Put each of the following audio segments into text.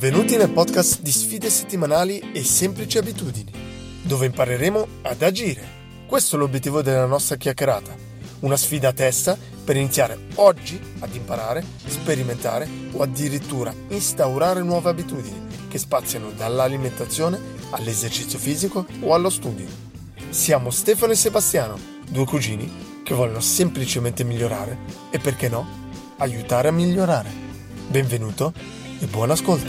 Benvenuti nel podcast di sfide settimanali e semplici abitudini, dove impareremo ad agire. Questo è l'obiettivo della nostra chiacchierata, una sfida a testa per iniziare oggi ad imparare, sperimentare o addirittura instaurare nuove abitudini che spaziano dall'alimentazione all'esercizio fisico o allo studio. Siamo Stefano e Sebastiano, due cugini che vogliono semplicemente migliorare e, perché no, aiutare a migliorare. Benvenuto e buon ascolto.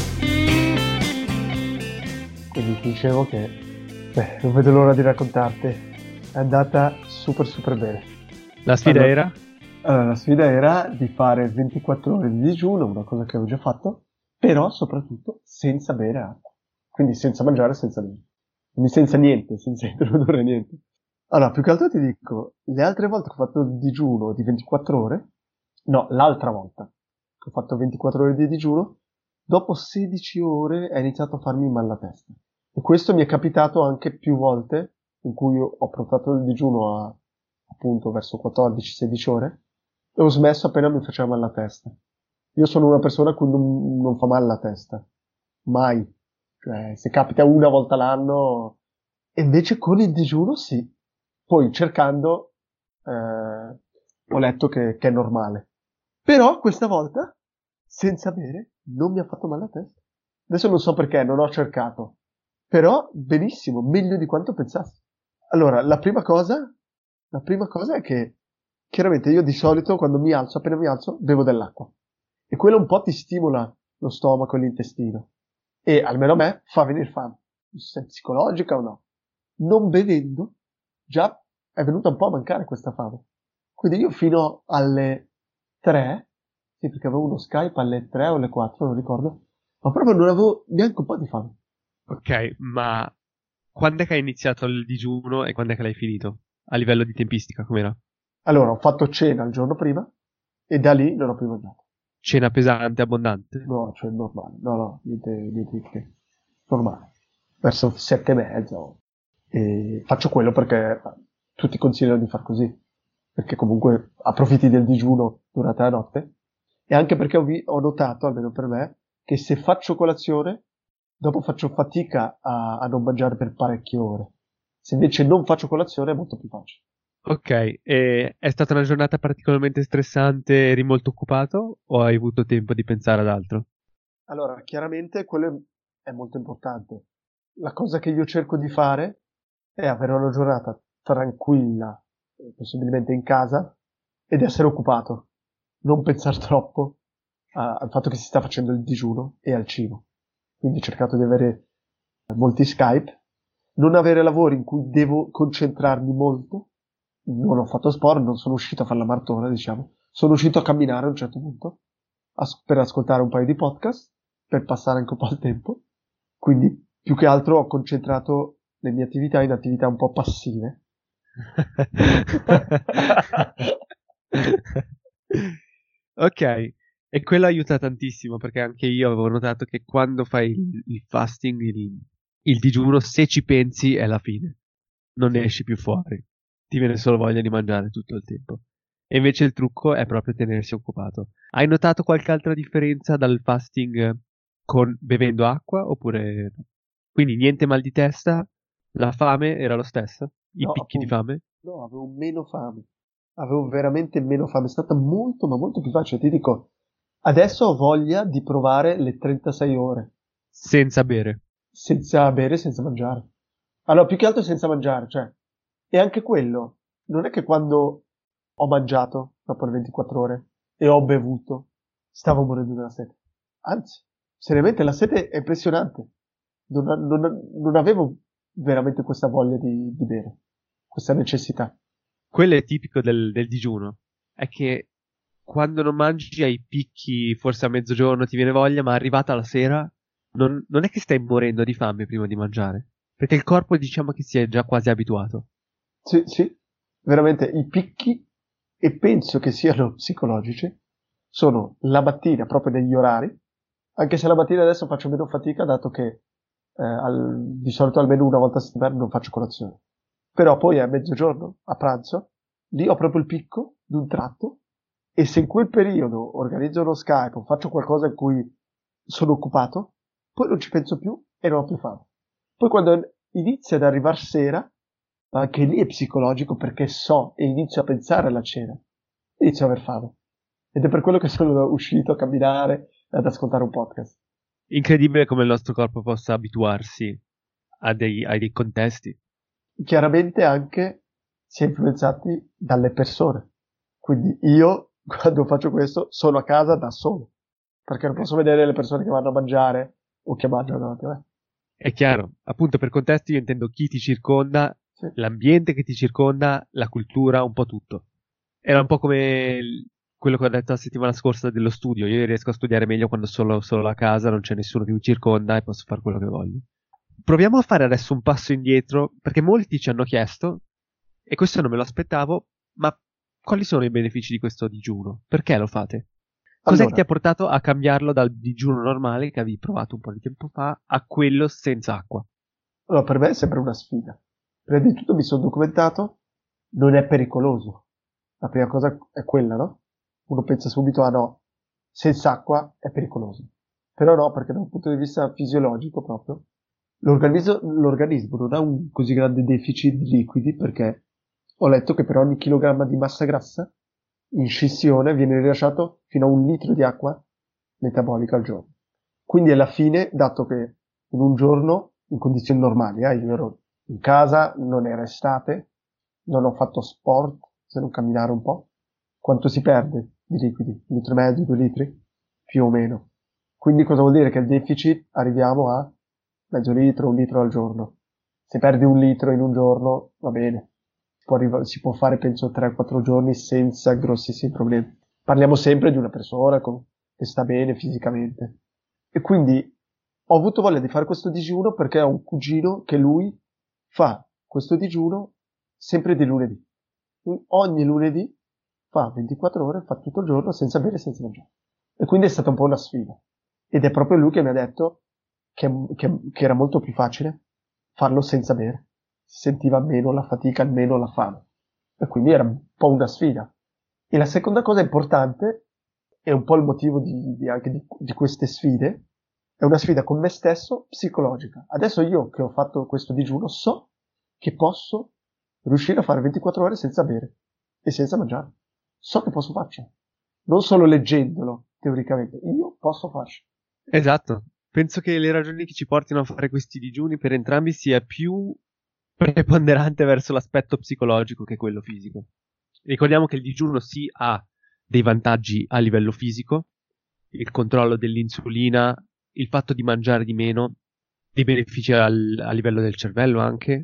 Quindi ti dicevo che non vedo l'ora di raccontarti. È andata super bene. La sfida era? Allora, la sfida era di fare 24 ore di digiuno, una cosa che avevo già fatto, però soprattutto senza bere acqua. Quindi senza mangiare, senza bere. Quindi senza niente, senza introdurre niente. Allora, più che altro ti dico, le altre volte che ho fatto il digiuno di 24 ore, no, l'altra volta che ho fatto 24 ore di digiuno, dopo 16 ore è iniziato a farmi mal la testa. E questo mi è capitato anche più volte in cui ho portato il digiuno a, appunto, verso 14-16 ore e ho smesso appena mi faceva mal la testa. Io sono una persona a cui non fa male la testa. Mai. Cioè, se capita una volta l'anno. E invece con il digiuno sì. Poi cercando ho letto che è normale. Però questa volta, senza bere, non mi ha fatto male la testa. Adesso non so perché, non ho cercato. Però benissimo, meglio di quanto pensassi. Allora, la prima cosa è che chiaramente io di solito quando appena mi alzo, bevo dell'acqua. E quello un po' ti stimola lo stomaco e l'intestino. E almeno a me fa venire fame. Se è psicologica o no. Non bevendo, già è venuta un po' a mancare questa fame. Quindi io fino alle 3, sì, perché avevo uno Skype alle 3 o alle 4, non ricordo, ma proprio non avevo neanche un po' di fame. Ok, ma quando è che hai iniziato il digiuno e quando è che l'hai finito? A livello di tempistica, com'era? Allora, ho fatto cena il giorno prima e da lì non ho più mangiato. Cena pesante, abbondante? No, cioè normale. No, niente di che. Normale. Verso 7:30. E faccio quello perché tutti consigliano di far così. Perché comunque approfitti del digiuno durante la notte. E anche perché ho notato, almeno per me, che se faccio colazione, dopo faccio fatica a non mangiare per parecchie ore. Se invece non faccio colazione è molto più facile. Ok, e è stata una giornata particolarmente stressante, eri molto occupato o hai avuto tempo di pensare ad altro? Allora, chiaramente quello è molto importante. La cosa che io cerco di fare è avere una giornata tranquilla, possibilmente in casa, ed essere occupato. Non pensare troppo al fatto che si sta facendo il digiuno e al cibo. Quindi ho cercato di avere molti Skype, non avere lavori in cui devo concentrarmi molto. Non ho fatto sport, non sono uscito a fare la maratona, diciamo. Sono uscito a camminare a un certo punto per ascoltare un paio di podcast, per passare anche un po' il tempo. Quindi, più che altro, ho concentrato le mie attività in attività un po' passive. Ok, e quello aiuta tantissimo perché anche io avevo notato che quando fai il fasting, il digiuno, se ci pensi è la fine, non ne esci più fuori, ti viene solo voglia di mangiare tutto il tempo. E invece il trucco è proprio tenersi occupato. Hai notato qualche altra differenza dal fasting con bevendo acqua oppure no? Quindi niente mal di testa, la fame era lo stesso, i No, picchi di appunto. fame? No, avevo meno fame. Avevo veramente meno fame. È stata molto, ma molto più facile. Ti dico, adesso ho voglia di provare le 36 ore. Senza bere. Senza bere, senza mangiare. Allora, più che altro senza mangiare, cioè. E anche quello, non è che quando ho mangiato, dopo le 24 ore, e ho bevuto, stavo morendo della sete. Anzi, seriamente, la sete è impressionante. Non avevo veramente questa voglia di bere, questa necessità. Quello è tipico del digiuno, è che quando non mangi hai picchi, forse a mezzogiorno ti viene voglia, ma arrivata la sera non è che stai morendo di fame prima di mangiare, perché il corpo diciamo che si è già quasi abituato. Sì, veramente i picchi, e penso che siano psicologici, sono la mattina, proprio negli orari, anche se la mattina adesso faccio meno fatica, dato che di solito almeno una volta a settimana non faccio colazione. Però poi a mezzogiorno, a pranzo, lì ho proprio il picco d'un tratto, e se in quel periodo organizzo uno Skype o faccio qualcosa in cui sono occupato, poi non ci penso più e non ho più fame. Poi quando inizia ad arrivare sera, anche lì è psicologico perché so e inizio a pensare alla cena, inizio ad aver fame. Ed è per quello che sono uscito a camminare e ad ascoltare un podcast. Incredibile come il nostro corpo possa abituarsi a dei contesti. Chiaramente anche si è influenzati dalle persone. Quindi io, quando faccio questo, sono a casa da solo. Perché non posso vedere le persone che vanno a mangiare o che mangiano davanti a me. È chiaro, appunto per contesti io intendo chi ti circonda, Sì. l'ambiente che ti circonda, la cultura, un po' tutto. Era un po' come quello che ho detto la settimana scorsa dello studio. Io riesco a studiare meglio quando sono solo a casa, non c'è nessuno che mi circonda e posso fare quello che voglio. Proviamo a fare adesso un passo indietro, perché molti ci hanno chiesto, e questo non me lo aspettavo, ma quali sono i benefici di questo digiuno? Perché lo fate? Cos'è che ti ha portato a cambiarlo dal digiuno normale che avevi provato un po' di tempo fa a quello senza acqua? Allora, per me è sempre una sfida. Prima di tutto mi sono documentato, non è pericoloso. La prima cosa è quella, no? Uno pensa subito, ah no, senza acqua è pericoloso. Però no, perché da un punto di vista fisiologico proprio, l'organismo non ha un così grande deficit di liquidi perché ho letto che per ogni chilogramma di massa grassa in scissione viene rilasciato fino a 1 litro di acqua metabolica al giorno. Quindi alla fine, dato che in un giorno, in condizioni normali, io ero in casa, non era estate, non ho fatto sport, se non camminare un po', quanto si perde di liquidi? 1,5 litri, 2 litri? Più o meno. Quindi cosa vuol dire? Che il deficit arriviamo a mezzo litro, 1 litro al giorno. Se perdi 1 litro in un giorno, va bene. Si può fare, penso, 3-4 giorni senza grossissimi problemi. Parliamo sempre di una persona che sta bene fisicamente. E quindi ho avuto voglia di fare questo digiuno perché ho un cugino che lui fa questo digiuno sempre di lunedì. Ogni lunedì fa 24 ore, fa tutto il giorno senza bere e senza mangiare. E quindi è stata un po' una sfida. Ed è proprio lui che mi ha detto che era molto più facile farlo senza bere. Si sentiva meno la fatica, meno la fame. E quindi era un po' una sfida. E la seconda cosa importante, e un po' il motivo anche di queste sfide, è una sfida con me stesso psicologica. Adesso io che ho fatto questo digiuno so che posso riuscire a fare 24 ore senza bere e senza mangiare. So che posso farcela. Non solo leggendolo, teoricamente. Io posso farcela. Esatto. Penso che le ragioni che ci portino a fare questi digiuni per entrambi sia più preponderante verso l'aspetto psicologico che quello fisico. Ricordiamo che il digiuno sì ha dei vantaggi a livello fisico, il controllo dell'insulina, il fatto di mangiare di meno, dei benefici a livello del cervello anche,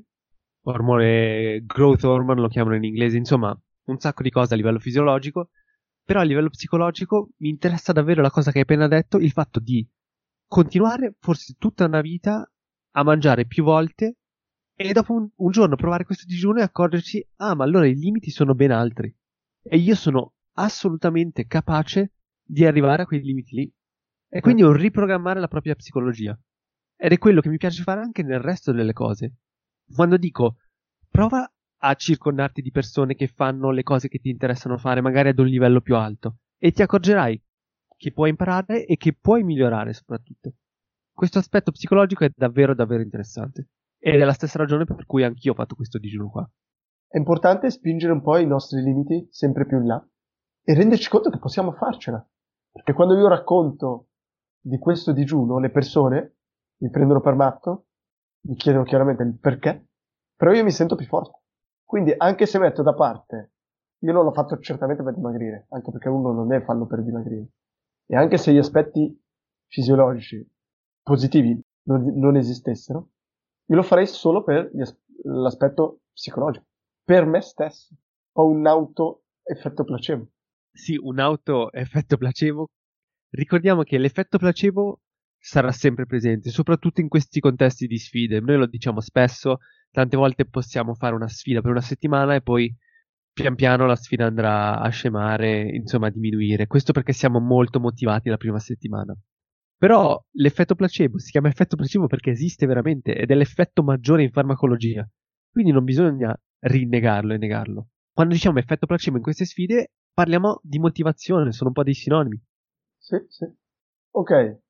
ormone, growth hormone lo chiamano in inglese, insomma un sacco di cose a livello fisiologico, però a livello psicologico mi interessa davvero la cosa che hai appena detto, il fatto di continuare forse tutta una vita a mangiare più volte e dopo un giorno provare questo digiuno e accorgersi, ah ma allora i limiti sono ben altri e io sono assolutamente capace di arrivare a quei limiti lì. E quindi un riprogrammare la propria psicologia. Ed è quello che mi piace fare anche nel resto delle cose. Quando dico, prova a circondarti di persone che fanno le cose che ti interessano fare, magari ad un livello più alto, e ti accorgerai che puoi imparare e che puoi migliorare soprattutto. Questo aspetto psicologico è davvero davvero interessante. Ed è la stessa ragione per cui anch'io ho fatto questo digiuno qua. È importante spingere un po' i nostri limiti sempre più in là e renderci conto che possiamo farcela. Perché quando io racconto di questo digiuno, le persone mi prendono per matto, mi chiedono chiaramente il perché, però io mi sento più forte. Quindi anche se metto da parte, io non l'ho fatto certamente per dimagrire, anche perché uno non deve farlo per dimagrire. E anche se gli aspetti fisiologici positivi non esistessero, io lo farei solo per l'aspetto psicologico, per me stesso. Ho un auto effetto placebo. Sì, un auto effetto placebo. Ricordiamo che l'effetto placebo sarà sempre presente, soprattutto in questi contesti di sfide. Noi lo diciamo spesso, tante volte possiamo fare una sfida per una settimana e poi pian piano la sfida andrà a scemare, insomma a diminuire. Questo perché siamo molto motivati la prima settimana. Però l'effetto placebo si chiama effetto placebo perché esiste veramente ed è l'effetto maggiore in farmacologia. Quindi non bisogna rinnegarlo e negarlo. Quando diciamo effetto placebo in queste sfide parliamo di motivazione, sono un po' dei sinonimi. Sì, sì. Ok,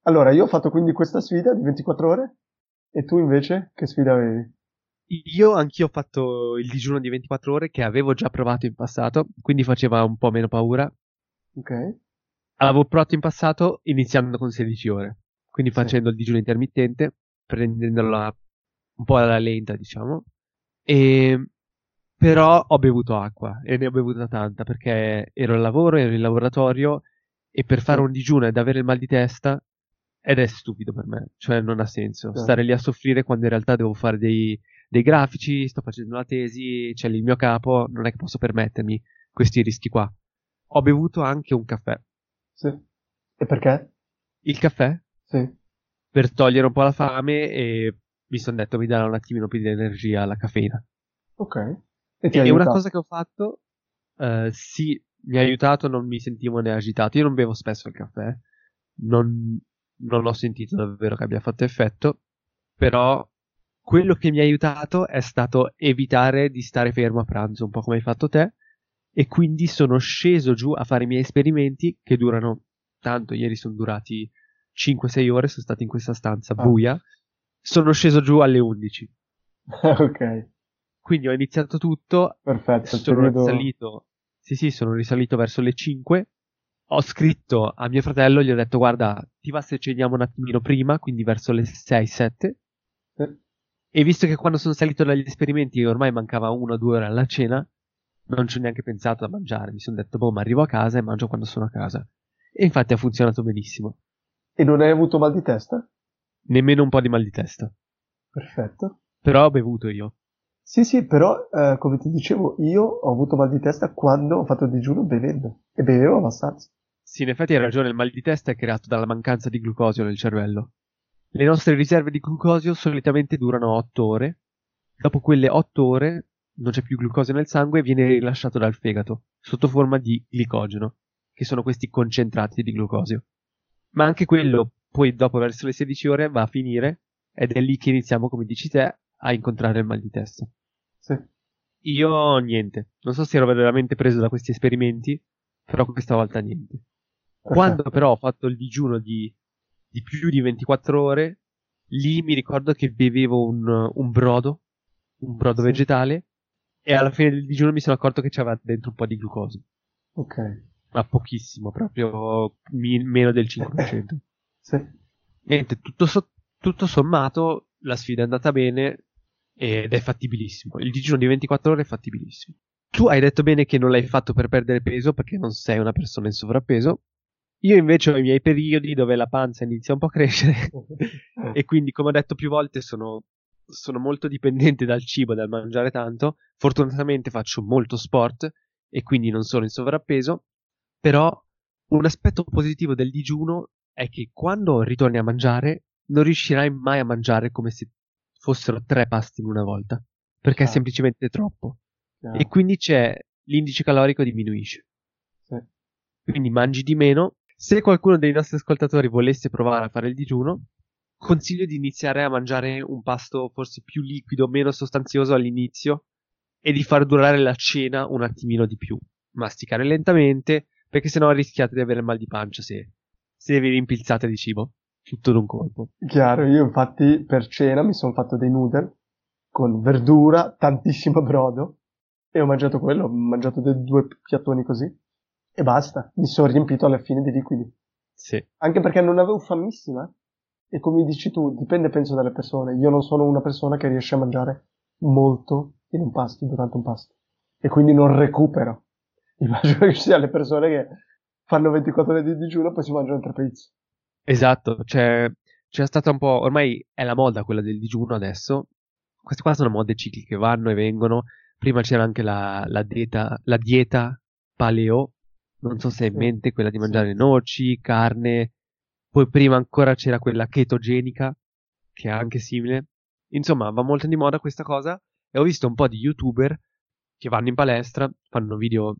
Allora, io ho fatto quindi questa sfida di 24 ore e tu invece che sfida avevi? Io anch'io ho fatto il digiuno di 24 ore che avevo già provato in passato, quindi faceva un po' meno paura. Ok? Avevo provato in passato iniziando con 16 ore, quindi Sì. facendo il digiuno intermittente, prendendola un po' alla lenta, diciamo. E però ho bevuto acqua e ne ho bevuta tanta perché ero al lavoro, ero in laboratorio e per Sì. fare un digiuno ed avere il mal di testa ed è stupido per me, cioè non ha senso Sì. stare lì a soffrire quando in realtà devo fare dei grafici, sto facendo una tesi, c'è lì il mio capo, non è che posso permettermi questi rischi qua. Ho bevuto anche un caffè. Sì. E perché? Il caffè Sì. per togliere un po' la fame e mi sono detto mi darà un attimino più di energia alla caffeina. Ok. E ti E una aiuta? cosa che ho fatto, sì, mi ha aiutato, non mi sentivo né agitato. Io non bevo spesso il caffè, non, non ho sentito davvero che abbia fatto effetto, però quello che mi ha aiutato è stato evitare di stare fermo a pranzo, un po' come hai fatto te, e quindi sono sceso giù a fare i miei esperimenti che durano tanto, ieri sono durati 5-6 ore, sono stato in questa stanza Ah. buia, sono sceso giù alle 11. Ok. Quindi ho iniziato tutto, Perfetto. Il sono periodo... risalito, sì, sono risalito verso le 5. Ho scritto a mio fratello, gli ho detto, guarda, ti va se ceniamo un attimino prima, quindi verso le 6-7. Sì. E visto che quando sono salito dagli esperimenti ormai mancava 1 o 2 ore alla cena, non ci ho neanche pensato a mangiare. Mi sono detto, boh, ma arrivo a casa e mangio quando sono a casa. E infatti ha funzionato benissimo. E non hai avuto mal di testa? Nemmeno un po' di mal di testa. Perfetto. Però ho bevuto io. Sì, sì, però, come ti dicevo, io ho avuto mal di testa quando ho fatto il digiuno bevendo. E bevevo abbastanza. Sì, in effetti hai ragione, il mal di testa è creato dalla mancanza di glucosio nel cervello. Le nostre riserve di glucosio solitamente durano 8 ore. Dopo quelle 8 ore non c'è più glucosio nel sangue e viene rilasciato dal fegato sotto forma di glicogeno, che sono questi concentrati di glucosio. Ma anche quello, poi dopo verso le 16 ore va a finire ed è lì che iniziamo, come dici te, a incontrare il mal di testa. Sì. Io niente, non so se ero veramente preso da questi esperimenti, però questa volta niente. Quando Perfetto. però ho fatto il digiuno di più di 24 ore, lì mi ricordo che bevevo un brodo Sì. vegetale, e alla fine del digiuno mi sono accorto che c'aveva dentro un po' di glucosio, Ok. ma pochissimo, proprio meno del 5%. Sì. Niente, tutto sommato la sfida è andata bene ed è fattibilissimo. Il digiuno di 24 ore è fattibilissimo. Tu hai detto bene che non l'hai fatto per perdere peso perché non sei una persona in sovrappeso. Io invece ho i miei periodi dove la panza inizia un po' a crescere e quindi, come ho detto più volte, sono molto dipendente dal cibo, dal mangiare tanto. Fortunatamente faccio molto sport e quindi non sono in sovrappeso, però un aspetto positivo del digiuno è che quando ritorni a mangiare non riuscirai mai a mangiare come se fossero 3 pasti in una volta, perché è Chiaro, semplicemente troppo. E chiaro. quindi l'indice calorico diminuisce. Sì. Quindi mangi di meno. Se qualcuno dei nostri ascoltatori volesse provare a fare il digiuno, consiglio di iniziare a mangiare un pasto forse più liquido, meno sostanzioso all'inizio e di far durare la cena un attimino di più. Masticare lentamente, perché sennò rischiate di avere mal di pancia se vi rimpilzate di cibo tutto d'un colpo. Chiaro, io infatti per cena mi sono fatto dei noodle con verdura, tantissimo brodo e ho mangiato quello, ho mangiato due piattoni così e basta, mi sono riempito alla fine di liquidi. Sì, Anche perché non avevo famissima e come dici tu, dipende penso dalle persone. Io non sono una persona che riesce a mangiare molto in un pasto, durante un pasto e quindi non recupero. Immagino che ci siano le persone che fanno 24 ore di digiuno e poi si mangiano 3 pizze. esatto. C'è stata un po'. Ormai è la moda quella del digiuno adesso. Queste qua sono mode cicliche, vanno e vengono. Prima c'era anche la dieta paleo, non so se hai in Sì, mente, quella di sì, mangiare noci, carne. Poi prima ancora c'era quella chetogenica, che è anche simile. Insomma, va molto di moda questa cosa. E ho visto un po' di YouTuber che vanno in palestra, fanno video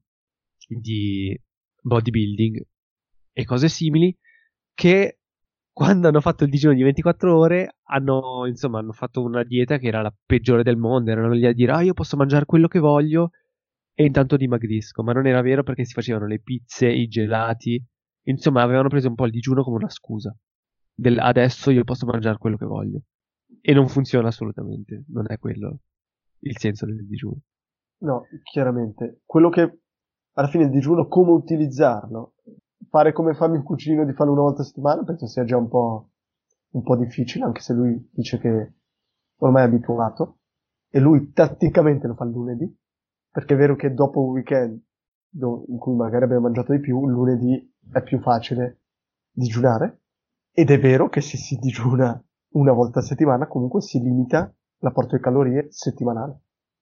di bodybuilding e cose simili, che quando hanno fatto il digiuno di 24 ore hanno fatto una dieta che era la peggiore del mondo. Erano lì a dire, io posso mangiare quello che voglio e intanto dimagrisco. Ma non era vero perché si facevano le pizze, i gelati. Insomma, avevano preso un po' il digiuno come una scusa. del adesso io posso mangiare quello che voglio. E non funziona assolutamente, non è quello il senso del digiuno. No, chiaramente. Quello che alla fine il digiuno, come utilizzarlo, fare come fa mio cugino di farlo una volta a settimana, penso sia già un po' difficile, anche se lui dice che ormai è abituato, e lui tatticamente lo fa il lunedì, perché è vero che dopo un weekend in cui magari abbiamo mangiato di più, il lunedì è più facile digiunare, ed è vero che se si digiuna una volta a settimana comunque si limita l'apporto di calorie settimanale.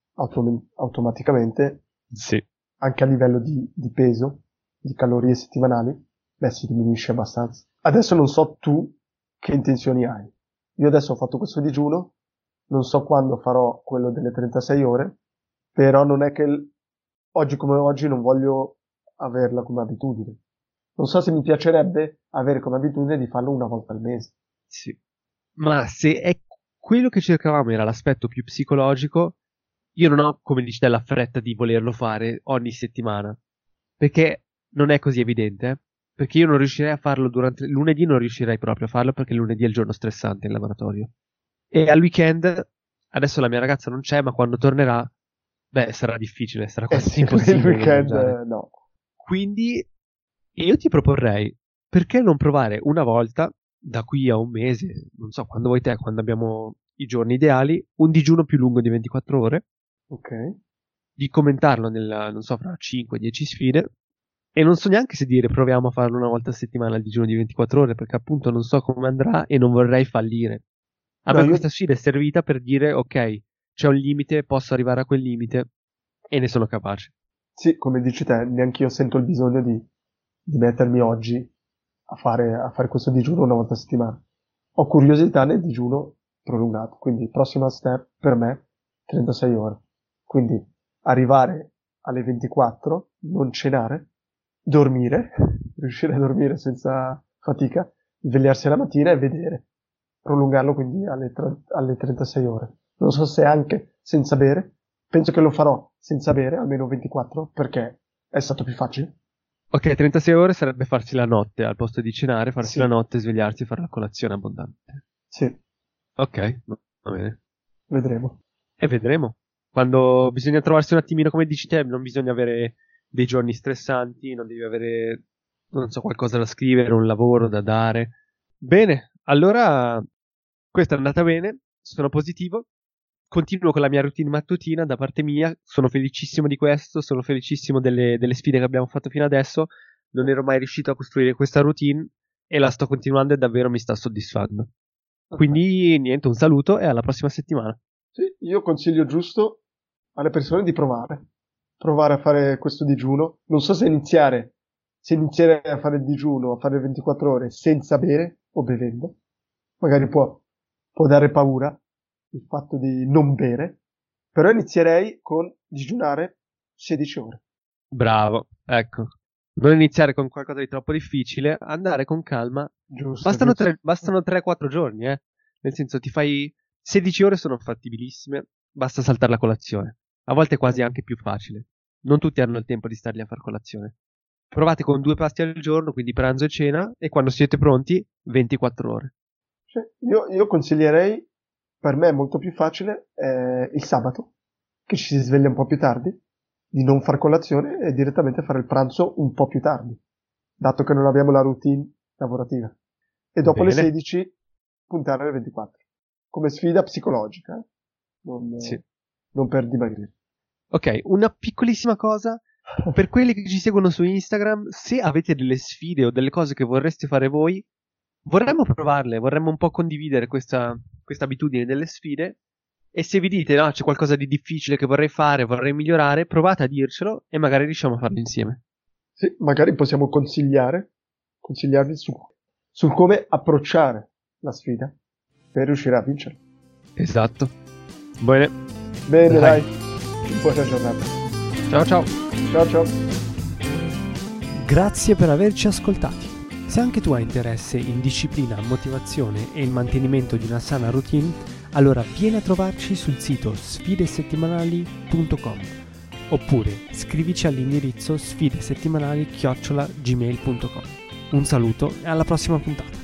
Automaticamente, sì, anche a livello di peso, di calorie settimanali, si diminuisce abbastanza. Adesso non so tu che intenzioni hai. Io adesso ho fatto questo digiuno, non so quando farò quello delle 36 ore, però non è che oggi come oggi non voglio averla come abitudine. Non so se mi piacerebbe avere come abitudine di farlo una volta al mese. Sì. Ma se è quello che cercavamo era l'aspetto più psicologico, io non ho, come dici te, la fretta di volerlo fare ogni settimana, perché non è così evidente, perché io non riuscirei a farlo durante lunedì, non riuscirei proprio a farlo perché lunedì è il giorno stressante in laboratorio. E al weekend, adesso la mia ragazza non c'è, ma quando tornerà, sarà difficile, sarà quasi impossibile. Il weekend no. Quindi io ti proporrei, perché non provare una volta, da qui a un mese, non so, quando vuoi te, quando abbiamo i giorni ideali, un digiuno più lungo di 24 ore, ok, di commentarlo non so, fra 5-10 sfide, e non so neanche se dire proviamo a farlo una volta a settimana il digiuno di 24 ore, perché appunto non so come andrà e non vorrei fallire. A me questa sfida è servita per dire, ok, c'è un limite, posso arrivare a quel limite, e ne sono capace. Sì, come dici te, neanche io sento il bisogno di mettermi oggi a fare questo digiuno una volta a settimana. Ho curiosità nel digiuno prolungato, quindi il prossimo step per me 36 ore. Quindi arrivare alle 24, non cenare, dormire, riuscire a dormire senza fatica, svegliarsi la mattina e vedere, prolungarlo quindi alle 36 ore. Non so se anche senza bere, penso che lo farò senza bere, almeno 24, perché è stato più facile. Ok, 36 ore sarebbe farsi la notte, al posto di cenare, farsi Sì. la notte, svegliarsi e fare la colazione abbondante. Sì. Ok, va bene. Vedremo. E vedremo. Quando bisogna trovarsi un attimino, come dici te, non bisogna avere dei giorni stressanti, non devi avere, non so, qualcosa da scrivere, un lavoro da dare. Bene, allora questa è andata bene, sono positivo. Continuo con la mia routine mattutina da parte mia, sono felicissimo di questo, sono felicissimo delle sfide che abbiamo fatto fino adesso, non ero mai riuscito a costruire questa routine e la sto continuando e davvero mi sta soddisfando. Quindi niente, un saluto e alla prossima settimana. Sì, io consiglio giusto alle persone di provare a fare questo digiuno. Non so se iniziare a fare il digiuno, a fare 24 ore senza bere o bevendo. Magari può dare paura il fatto di non bere, però inizierei con digiunare 16 ore. Bravo, ecco. Non iniziare con qualcosa di troppo difficile, andare con calma. Giusto. Bastano 3-4 giorni, Nel senso, ti fai 16 ore sono fattibilissime, basta saltare la colazione. A volte è quasi anche più facile. Non tutti hanno il tempo di starli a fare colazione. Provate con 2 pasti al giorno, quindi pranzo e cena, e quando siete pronti, 24 ore. Sì, io consiglierei, per me è molto più facile, il sabato, che ci si sveglia un po' più tardi, di non far colazione e direttamente fare il pranzo un po' più tardi, dato che non abbiamo la routine lavorativa. E dopo le 16 puntare alle 24. Come sfida psicologica, non per dimagrire. Ok, una piccolissima cosa. Per quelli che ci seguono su Instagram, se avete delle sfide o delle cose che vorreste fare voi, vorremmo provarle, vorremmo un po' condividere questa abitudine delle sfide. E se vi dite, no, c'è qualcosa di difficile che vorrei fare, vorrei migliorare, provate a dircelo e magari riusciamo a farlo insieme. Sì, magari possiamo consigliarvi sul come approcciare la sfida per riuscire a vincere. Esatto. Bene, dai. Buona giornata. Ciao ciao. Ciao ciao. Grazie per averci ascoltati. Se anche tu hai interesse in disciplina, motivazione e il mantenimento di una sana routine, allora vieni a trovarci sul sito sfidesettimanali.com oppure scrivici all'indirizzo sfidesettimanali@gmail.com. Un saluto e alla prossima puntata.